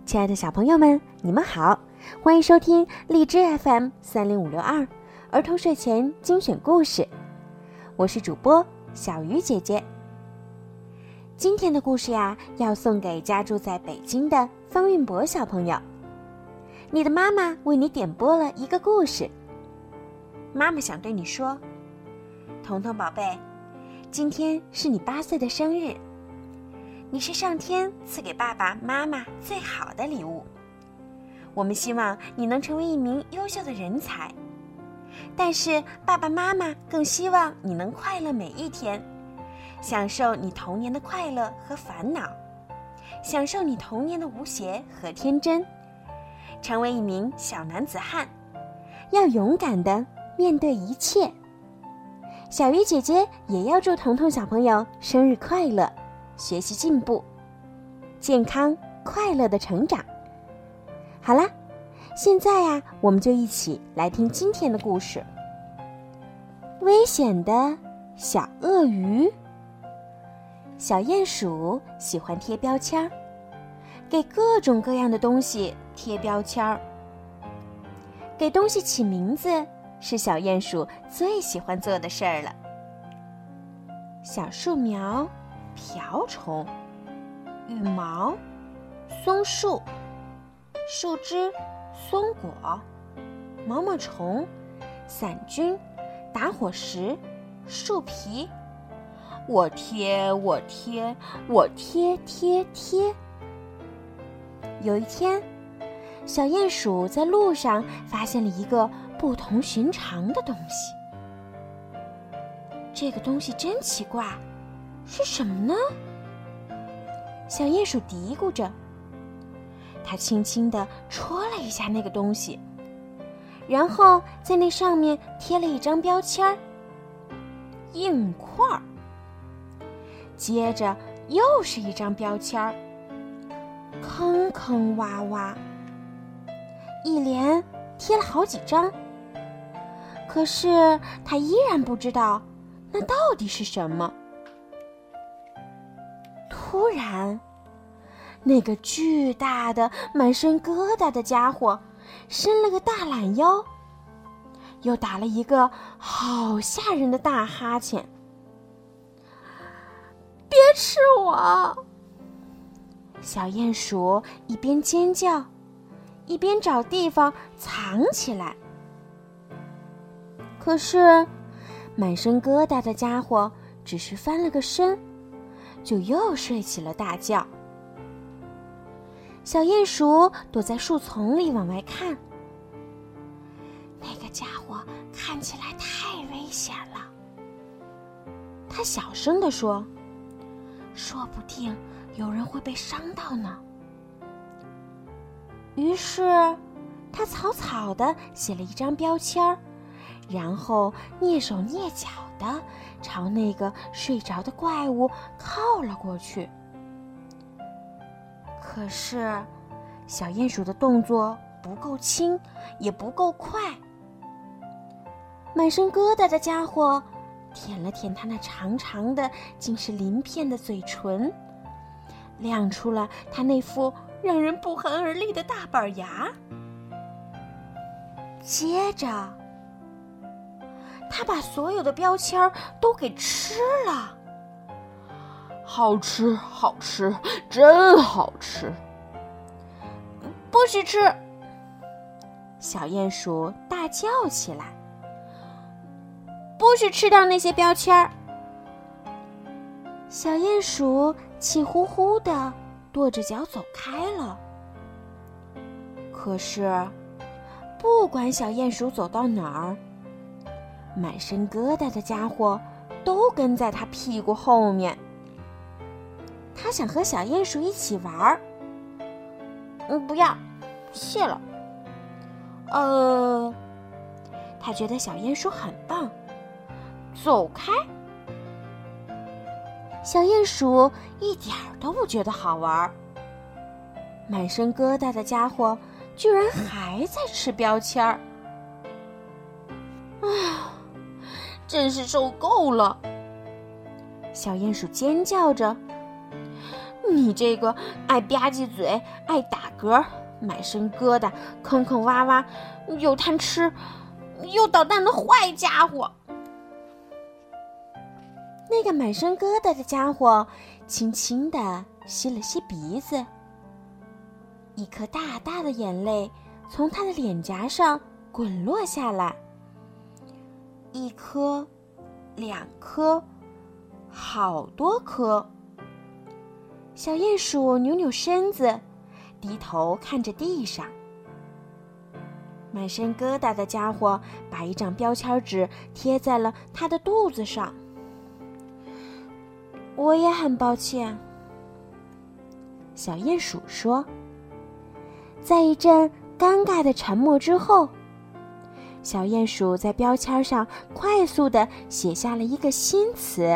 亲爱的小朋友们，你们好，欢迎收听荔枝 FM30562儿童睡前精选故事，我是主播小鱼姐姐。今天的故事呀，要送给家住在北京的方运博小朋友。你的妈妈为你点播了一个故事，妈妈想对你说，彤彤宝贝，今天是你8岁的生日，你是上天赐给爸爸妈妈最好的礼物。我们希望你能成为一名优秀的人才，但是爸爸妈妈更希望你能快乐每一天，享受你童年的快乐和烦恼，享受你童年的无邪和天真，成为一名小男子汉，要勇敢地面对一切。小鱼姐姐也要祝彤彤小朋友生日快乐，学习进步，健康快乐的成长。好啦，现在呀，我们就一起来听今天的故事。危险的小鳄鱼。小鼹鼠喜欢贴标签儿，给各种各样的东西贴标签儿。给东西起名字是小鼹鼠最喜欢做的事儿了。小树苗，瓢虫，羽毛，松树，树枝，松果，毛毛虫，伞菌，打火石，树皮，我贴我贴我贴贴贴。有一天，小鼹鼠在路上发现了一个不同寻常的东西。这个东西真奇怪，是什么呢？小鼹鼠嘀咕着，他轻轻地戳了一下那个东西，然后在那上面贴了一张标签儿，硬块儿。接着又是一张标签儿，坑坑洼洼。一连贴了好几张，可是他依然不知道那到底是什么。突然，那个巨大的满身疙瘩的家伙伸了个大懒腰，又打了一个好吓人的大哈欠。别吃我！小鼹鼠一边尖叫，一边找地方藏起来。可是满身疙瘩的家伙只是翻了个身，就又睡起了大觉。小鼹鼠躲在树丛里往外看，那个家伙看起来太危险了。他小声地说，说不定有人会被伤到呢。于是他草草地写了一张标签儿，然后蹑手蹑脚地朝那个睡着的怪物靠了过去。可是小鼹鼠的动作不够轻，也不够快。满身疙瘩的家伙舔了舔他那长长的竟是鳞片的嘴唇，亮出了他那副让人不寒而栗的大板牙。接着他把所有的标签都给吃了。好吃好吃，真好吃！不许吃！小鼹鼠大叫起来，不许吃掉那些标签！小鼹鼠气呼呼地跺着脚走开了。可是不管小鼹鼠走到哪儿，满身疙瘩的家伙都跟在他屁股后面。他想和小鼹鼠一起玩儿。不要，谢了。他觉得小鼹鼠很棒，走开。小鼹鼠一点儿都不觉得好玩。满身疙瘩的家伙居然还在吃标签儿。真是受够了！小鼹鼠尖叫着， 你这个爱吧唧嘴、爱打嗝、满身疙瘩、坑坑洼洼、又贪吃又捣蛋的坏家伙！”那个满身疙瘩的家伙轻轻地吸了吸鼻子，一颗大大的眼泪从他的脸颊上滚落下来，一颗、两颗，好多颗。小鼹鼠扭扭身子，低头看着地上。满身疙瘩的家伙把一张标签纸贴在了他的肚子上。“我也很抱歉。”小鼹鼠说。在一阵尴尬的沉默之后，小鼹鼠在标签上快速地写下了一个新词。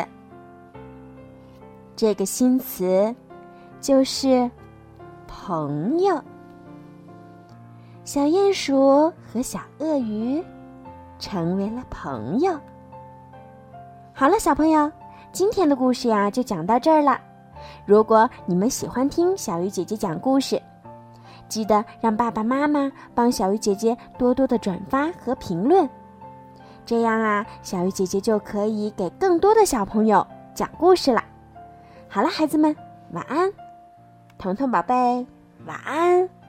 这个新词就是朋友。小鼹鼠和小鳄鱼成为了朋友。好了，小朋友，今天的故事呀就讲到这儿了。如果你们喜欢听小鱼姐姐讲故事，记得让爸爸妈妈帮小鱼姐姐多多的转发和评论，这样啊，小鱼姐姐就可以给更多的小朋友讲故事了。好了，孩子们，晚安。彤彤宝贝，晚安。